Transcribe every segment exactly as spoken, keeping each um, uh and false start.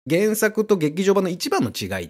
原作と劇場版の一番の違いって、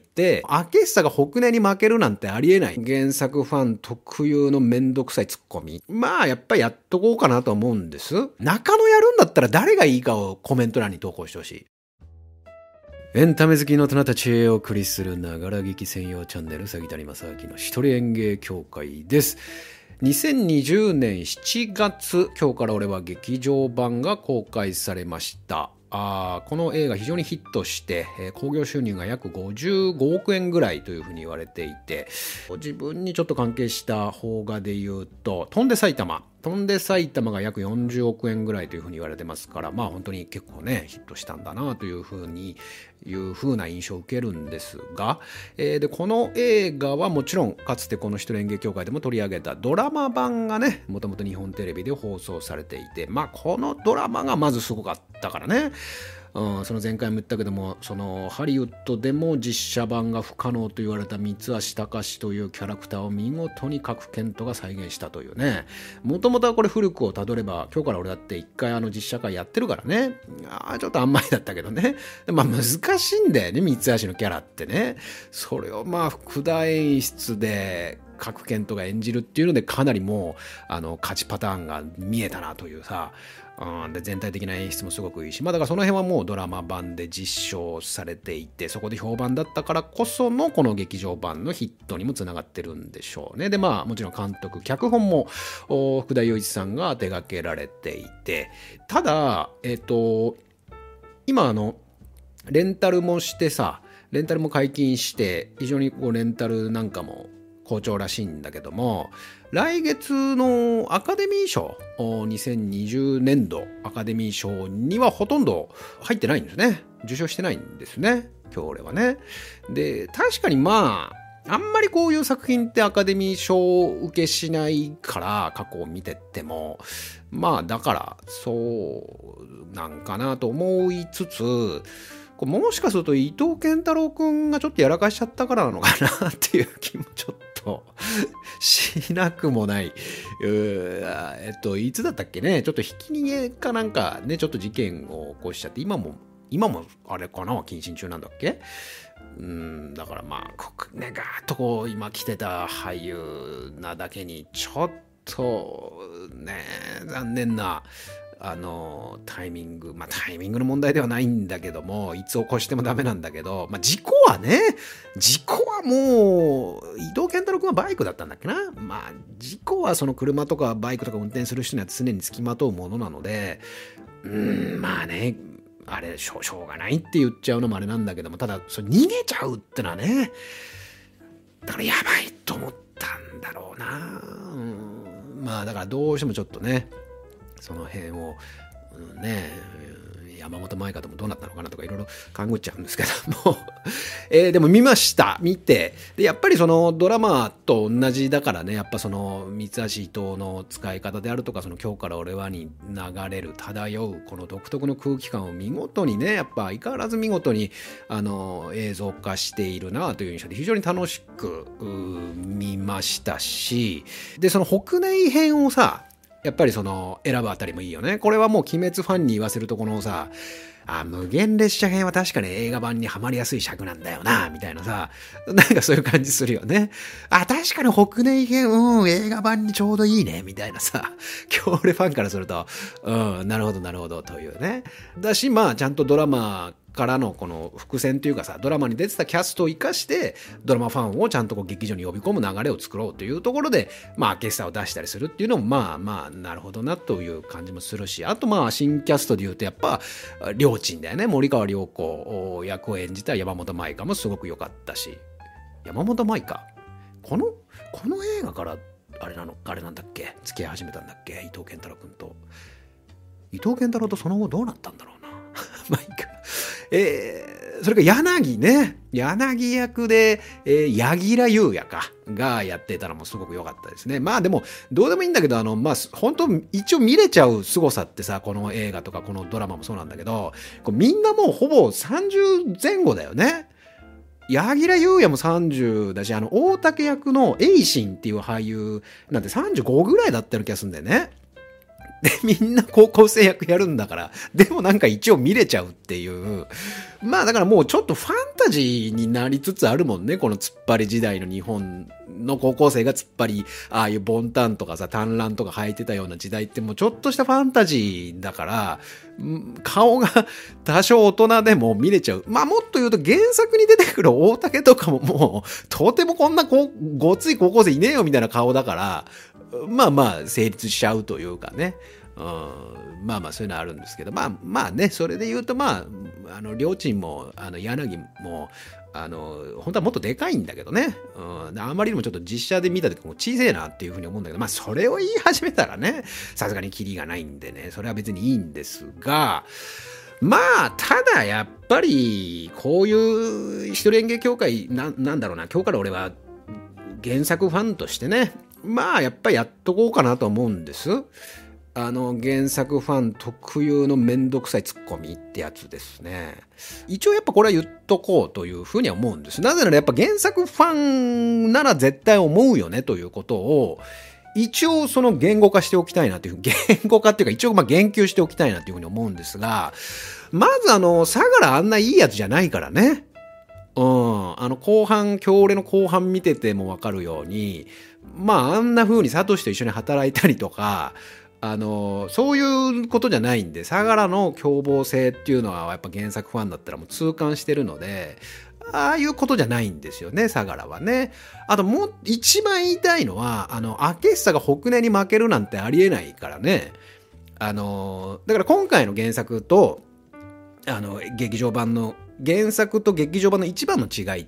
明久が北根に負けるなんてありえない。原作ファン特有のめんどくさいツッコミ。まあ、やっぱりやっとこうかなと思うんです。中野やるんだったら誰がいいかをコメント欄に投稿してほしい。エンタメ好きの大人たちへお送りするながら劇専用チャンネル、鷺谷正明の一人演芸協会です。にせんにじゅうねんしちがつ、今日から俺は劇場版が公開されました。あこの映画非常にヒットして、えー、興行収入が約ごじゅうごおくえんぐらいというふうに言われていて、自分にちょっと関係した邦画で言うと、翔んで埼玉翔んで埼玉が約よんじゅうおくえんぐらいというふうに言われてますから、まあ本当に結構ねヒットしたんだなというふうにいう風な印象を受けるんですが、えー、でこの映画はもちろんかつてこの一人演芸協会でも取り上げたドラマ版がね、もともと日本テレビで放送されていて、まあこのドラマがまずすごかったからね。うん、その前回も言ったけども、そのハリウッドでも実写版が不可能と言われた三橋隆というキャラクターを見事に賀来賢人が再現したというね。もともとはこれ古くをたどれば、今日から俺だって一回あの実写化やってるからね。あちょっとあんまりだったけどね。まあ難しいんだよね、三橋のキャラってね。それをまあ副題演出で賀来賢人が演じるっていうので、かなりもうあの勝ちパターンが見えたなというさ。うん、で全体的な演出もすごくいいし、まあだからその辺はもうドラマ版で実証されていて、そこで評判だったからこそのこの劇場版のヒットにもつながってるんでしょうね。でまあもちろん監督脚本も福田雄一さんが手掛けられていて、ただえっと今あのレンタルもしてさ、レンタルも解禁して非常にこうレンタルなんかも好調らしいんだけども、来月のアカデミー賞、にせんにじゅうねんどアカデミー賞にはほとんど入ってないんですね。受賞してないんですね、今日俺はね。で確かにまああんまりこういう作品ってアカデミー賞受けしないから、過去を見てってもまあだからそうなんかなと思いつつ、もしかすると伊藤健太郎くんがちょっとやらかしちゃったからなのかなっていう気もちょっとしなくもない。うーえっといつだったっけね、ちょっとひき逃げかなんかね、ちょっと事件を起こしちゃって、今も今もあれかな、謹慎中なんだっけ。うんだからまあね、ガーッとこう今来てた俳優なだけにちょっとね残念なあのタイミング、まあタイミングの問題ではないんだけども、いつ起こしてもダメなんだけど、まあ事故はね、事故はもう伊藤健太郎君はバイクだったんだっけな。まあ事故はその車とかバイクとか運転する人には常につきまとうものなので、うーんまあね、あれしょう、しょうがないって言っちゃうのもあれなんだけども、ただそれ逃げちゃうってのはね、だからやばいと思ったんだろうな。うんまあだからどうしてもちょっとね、その辺を、うん、ね山本舞香ともどうなったのかなとかいろいろ考えちゃうんですけども、えー、でも見ました見て、でやっぱりそのドラマと同じだからね、やっぱその三橋伊藤の使い方であるとか、その今日から俺はに流れる漂うこの独特の空気感を見事にね、やっぱ相変わらず見事にあの映像化しているなという印象で非常に楽しく見ましたし、でその北根編をさやっぱりその選ぶあたりもいいよね。これはもう鬼滅ファンに言わせるとこのさ、あ無限列車編は確かに映画版にはまりやすい尺なんだよなみたいなさ、なんかそういう感じするよね。あ確かに北根編うん映画版にちょうどいいねみたいなさ、今日俺ファンからするとうんなるほどなるほどというね。だしまあちゃんとドラマからのこの伏線というかさ、ドラマに出てたキャストを生かしてドラマファンをちゃんとこう劇場に呼び込む流れを作ろうというところで、まあゲストを出したりするっていうのもまあまあなるほどなという感じもするし、あとまあ新キャストで言うとやっぱ両親だよね。森川涼子役を演じた山本舞香もすごく良かったし、山本舞香このこの映画からあれなのあれなんだっけ付き合い始めたんだっけ、伊藤健太郎君と。伊藤健太郎とその後どうなったんだろうなまあいいか。えー、それから柳ね、柳役で、えー、柳楽優弥かがやってたのもすごく良かったですね。まあでもどうでもいいんだけど、あのまあ本当一応見れちゃう凄さってさ、この映画とかこのドラマもそうなんだけど、こうみんなもうほぼさんじゅうぜん後だよね。柳楽優弥もさんじゅうだし、あの大竹役の栄心っていう俳優なんてさんじゅうごぐらいだったような気がするんだよね。 で、みんな高校生役やるんだから、でもなんか一応見れちゃうっていう。まあだからもうちょっとファンタジーになりつつあるもんね。この突っ張り時代の日本の高校生が突っ張り、ああいうボンタンとかさ、短乱とか履いてたような時代ってもうちょっとしたファンタジーだから、顔が多少大人でも見れちゃう。まあもっと言うと原作に出てくる大竹とかももう、とてもこんなこごつい高校生いねえよみたいな顔だから、まあまあ成立しちゃうというかね。うん、まあまあそういうのあるんですけど、まあまあね、それで言うとまあ、あの、りょーちんも、あの、柳も、あの、本当はもっとでかいんだけどね。うん、あまりにもちょっと実写で見た時も小さいなっていうふうに思うんだけど、まあそれを言い始めたらね、さすがにキリがないんでね、それは別にいいんですが、まあ、ただやっぱり、こういう一人演芸協会、な、なんだろうな、今日から俺は原作ファンとしてね、まあやっぱりやっとこうかなと思うんです。あの原作ファン特有のめんどくさいツッコミってやつですね。一応やっぱこれは言っとこうというふうには思うんです。なぜならやっぱ原作ファンなら絶対思うよねということを一応その言語化しておきたいなという、言語化っていうか一応まあ言及しておきたいなというふうに思うんですが、まずあの相良あんないいやつじゃないからね。うん、あの後半、今日俺の後半見ててもわかるように、まああんな風にサトシと一緒に働いたりとか、あのそういうことじゃないんで、相良の凶暴性っていうのはやっぱ原作ファンだったらもう痛感してるので、ああいうことじゃないんですよね、相良はね。あともう一番言いたいのは、あの明久が北根に負けるなんてありえないからね。あのだから今回の原作とあの劇場版の原作と劇場版の一番の違いって、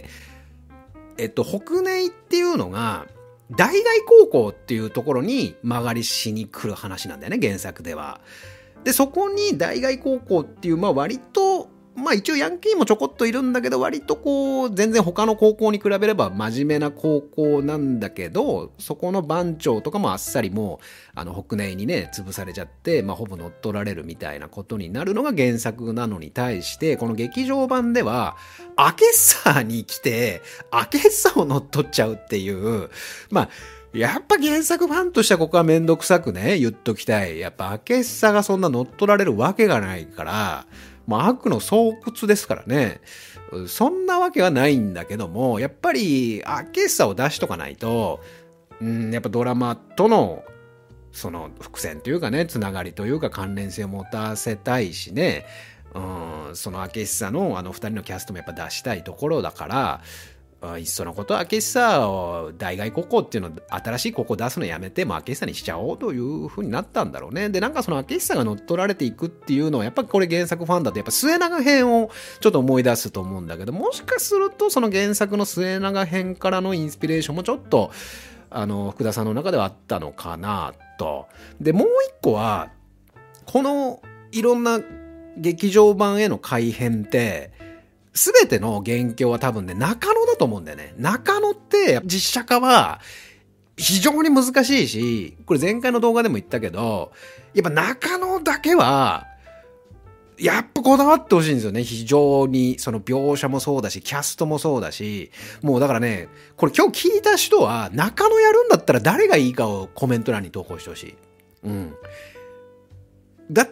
えっと北根っていうのが大外高校っていうところに曲がりしに来る話なんだよね、原作では。で、そこに大外高校っていう、まあ割と、まあ一応ヤンキーもちょこっといるんだけど、割とこう、全然他の高校に比べれば真面目な高校なんだけど、そこの番長とかもあっさりもう、あの、北根にね、潰されちゃって、まあほぼ乗っ取られるみたいなことになるのが原作なのに対して、この劇場版では、明久に来て、明久を乗っ取っちゃうっていう、まあ、やっぱ原作ファンとしてはここはめんどくさくね、言っときたい。やっぱ明久がそんな乗っ取られるわけがないから、もう悪の巣窟ですからね。そんなわけはないんだけども、やっぱり明久を出しとかないと、うん、やっぱドラマとのその伏線というかね、つながりというか関連性を持たせたいしね、うん、その明久のあの二人のキャストもやっぱ出したいところだから、いっそのこと明久を大外高校っていうの新しい高校出すのやめても明久にしちゃおうという風になったんだろうね。でなんかその明久が乗っ取られていくっていうのはやっぱこれ原作ファンだとやっぱ末永編をちょっと思い出すと思うんだけど、もしかするとその原作の末永編からのインスピレーションもちょっとあの福田さんの中ではあったのかなと。でもう一個はこのいろんな劇場版への改編ってすべての元凶は多分ね、中野だと思うんだよね。中野って実写化は非常に難しいし、これ前回の動画でも言ったけど、やっぱ中野だけは、やっぱこだわってほしいんですよね。非常に、その描写もそうだし、キャストもそうだし、もうだからね、これ今日聞いた人は、中野やるんだったら誰がいいかをコメント欄に投稿してほしい。うん。だって、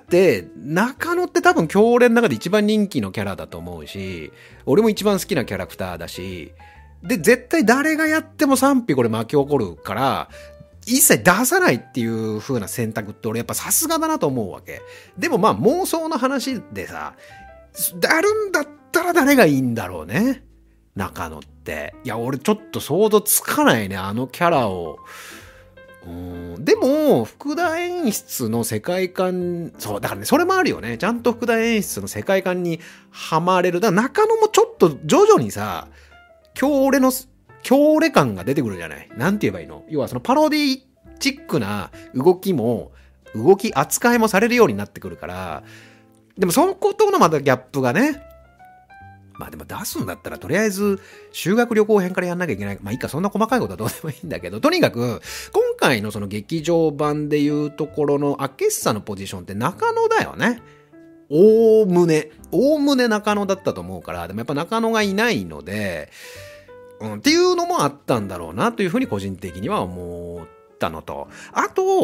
中野って多分強連の中で一番人気のキャラだと思うし、俺も一番好きなキャラクターだし、で、絶対誰がやっても賛否これ巻き起こるから、一切出さないっていう風な選択って俺やっぱさすがだなと思うわけ。でもまあ妄想の話でさ、やるんだったら誰がいいんだろうね。中野って。いや、俺ちょっと想像つかないね、あのキャラを。うんでも、福田演出の世界観、そう、だからね、それもあるよね。ちゃんと福田演出の世界観にはまれる。だから中野もちょっと徐々にさ、強烈の、強烈感が出てくるじゃない。なんて言えばいいの？要はそのパロディチックな動きも、動き扱いもされるようになってくるから、でもそのことのまたギャップがね、まあでも出すんだったらとりあえず修学旅行編からやんなきゃいけない。まあいいか、そんな細かいことはどうでもいいんだけど、とにかく今回のその劇場版でいうところの明久のポジションって中野だよね。おおむね。おおむね中野だったと思うから、でもやっぱ中野がいないので、うん、っていうのもあったんだろうなというふうに個人的には思ったのと。あと、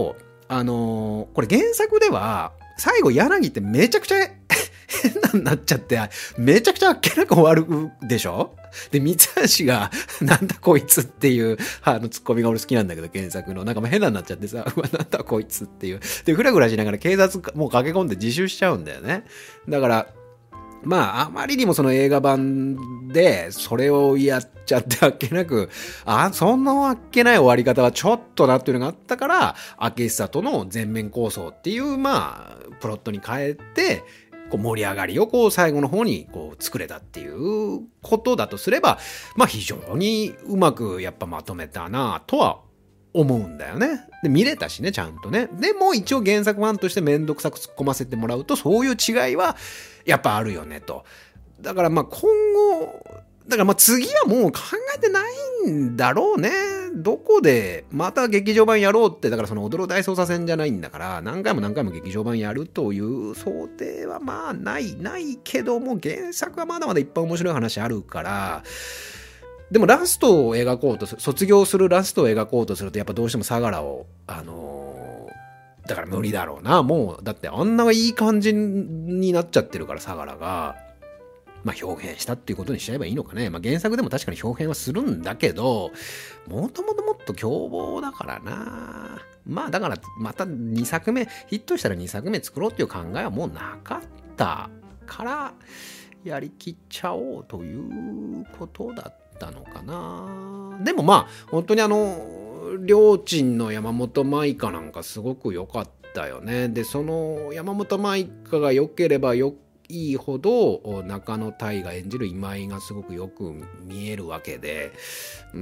あのー、これ原作では、最後柳ってめちゃくちゃ変なになっちゃって、めちゃくちゃあっけなく終わるでしょ。で、三橋が、なんだこいつっていう、あの、ツッコミが俺好きなんだけど、原作の。なんかもう変なになっちゃってさ、うわ、なんだこいつっていう。で、ふらふらしながら警察もう駆け込んで自首しちゃうんだよね。だから、まあ、あまりにもその映画版で、それをやっちゃってあっけなく、あ、そんなあっけない終わり方はちょっとなっていうのがあったから、明久との全面構想っていう、まあ、プロットに変えて、こう盛り上がりをこう最後の方にこう作れたっていうことだとすれば、まあ非常にうまくやっぱまとめたなとは思うんだよね。で、見れたしね、ちゃんとね。でも一応原作ファンとしてめんどくさく突っ込ませてもらうと、そういう違いはやっぱあるよねと。だからまあ今後、だからまあ次はもう考えてないんだろうね。どこでまた劇場版やろうって、だからその踊る大捜査線じゃないんだから、何回も何回も劇場版やるという想定はまあない、ないけども、原作はまだまだいっぱい面白い話あるから、でもラストを描こうとする、卒業するラストを描こうとすると、やっぱどうしても相良を、あのー、だから無理だろうな。もう、だってあんないい感じになっちゃってるから、相良が。まあ表現したっていうことにしちゃえばいいのかね。まあ原作でも確かに表現はするんだけど、もともともっと凶暴だからな。まあだからまたにさくめ、ヒットしたらにさくめ作ろうっていう考えはもうなかったから、やりきっちゃおうということだったのかな。でもまあ、本当にあの、両親の山本舞香なんかすごく良かったよね。で、その山本舞香が良ければよいいほど中野大が演じる今井がすごくよく見えるわけで、うん、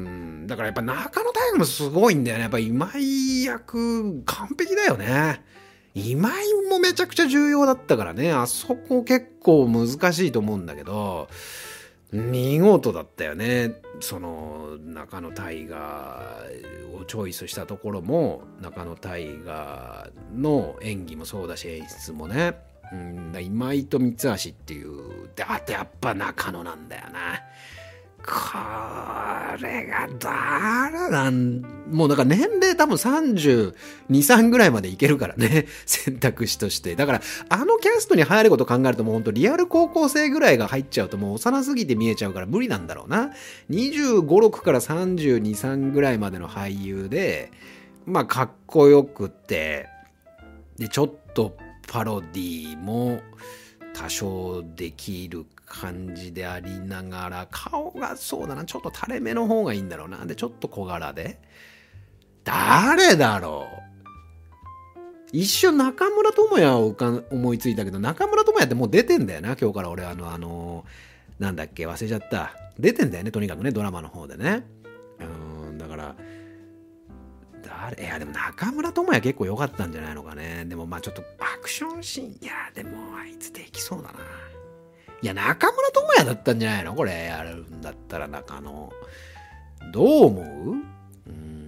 だからやっぱ中野大もすごいんだよね。やっぱ今井役完璧だよね。今井もめちゃくちゃ重要だったからね。あそこ結構難しいと思うんだけど、見事だったよね。その中野大河をチョイスしたところも、中野大河の演技もそうだし演出もね、うん、だ今井と三橋っていう、であとやっぱ中野なんだよな。これが誰なんもうだから年齢多分さんじゅうに、さんぐらいまでいけるからね、選択肢として。だからあのキャストに入ること考えるともうほんとリアル高校生ぐらいが入っちゃうともう幼すぎて見えちゃうから無理なんだろうな。にじゅうご、ろくからさんじゅうに、さんぐらいまでの俳優で、まあかっこよくて、でちょっとパロディも多少できる感じでありながら、顔がそうだな、ちょっと垂れ目の方がいいんだろうな。でちょっと小柄で、誰だろう。一瞬中村倫也を浮か思いついたけど、中村倫也ってもう出てんだよな。今日から俺あのあのなんだっけ忘れちゃった。出てんだよね、とにかくね、ドラマの方でね。うん、だから誰、いやでも中村倫也結構良かったんじゃないのかね。でもまあちょっとアクションシーン、いやでもあいつできそうだな。いや中村倫也だったんじゃないのこれやるんだったら。中野どう思う？うん、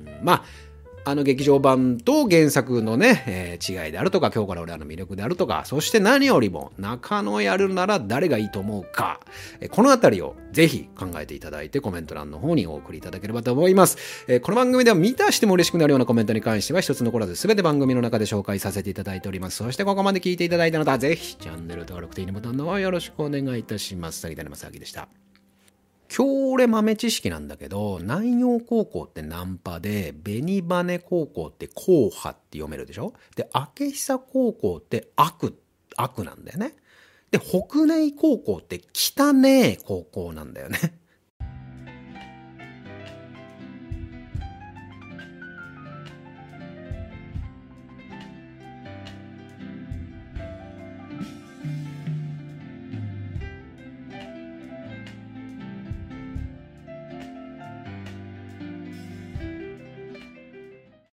まああの劇場版と原作のね、えー、違いであるとか、今日から俺らの魅力であるとか、そして何よりも中野やるなら誰がいいと思うか、えー、このあたりをぜひ考えていただいてコメント欄の方にお送りいただければと思います。えー、この番組では見たしても嬉しくなるようなコメントに関しては一つ残らず全て番組の中で紹介させていただいております。そしてここまで聞いていただいた方はぜひチャンネル登録といいねボタンの方よろしくお願いいたします。さぎだねまさきでした。今日俺豆知識なんだけど、南陽高校ってナンパで、紅羽高校って硬派って読めるでしょ。で、明久高校って悪、悪なんだよね。で、北根高校って汚ねえ高校なんだよね。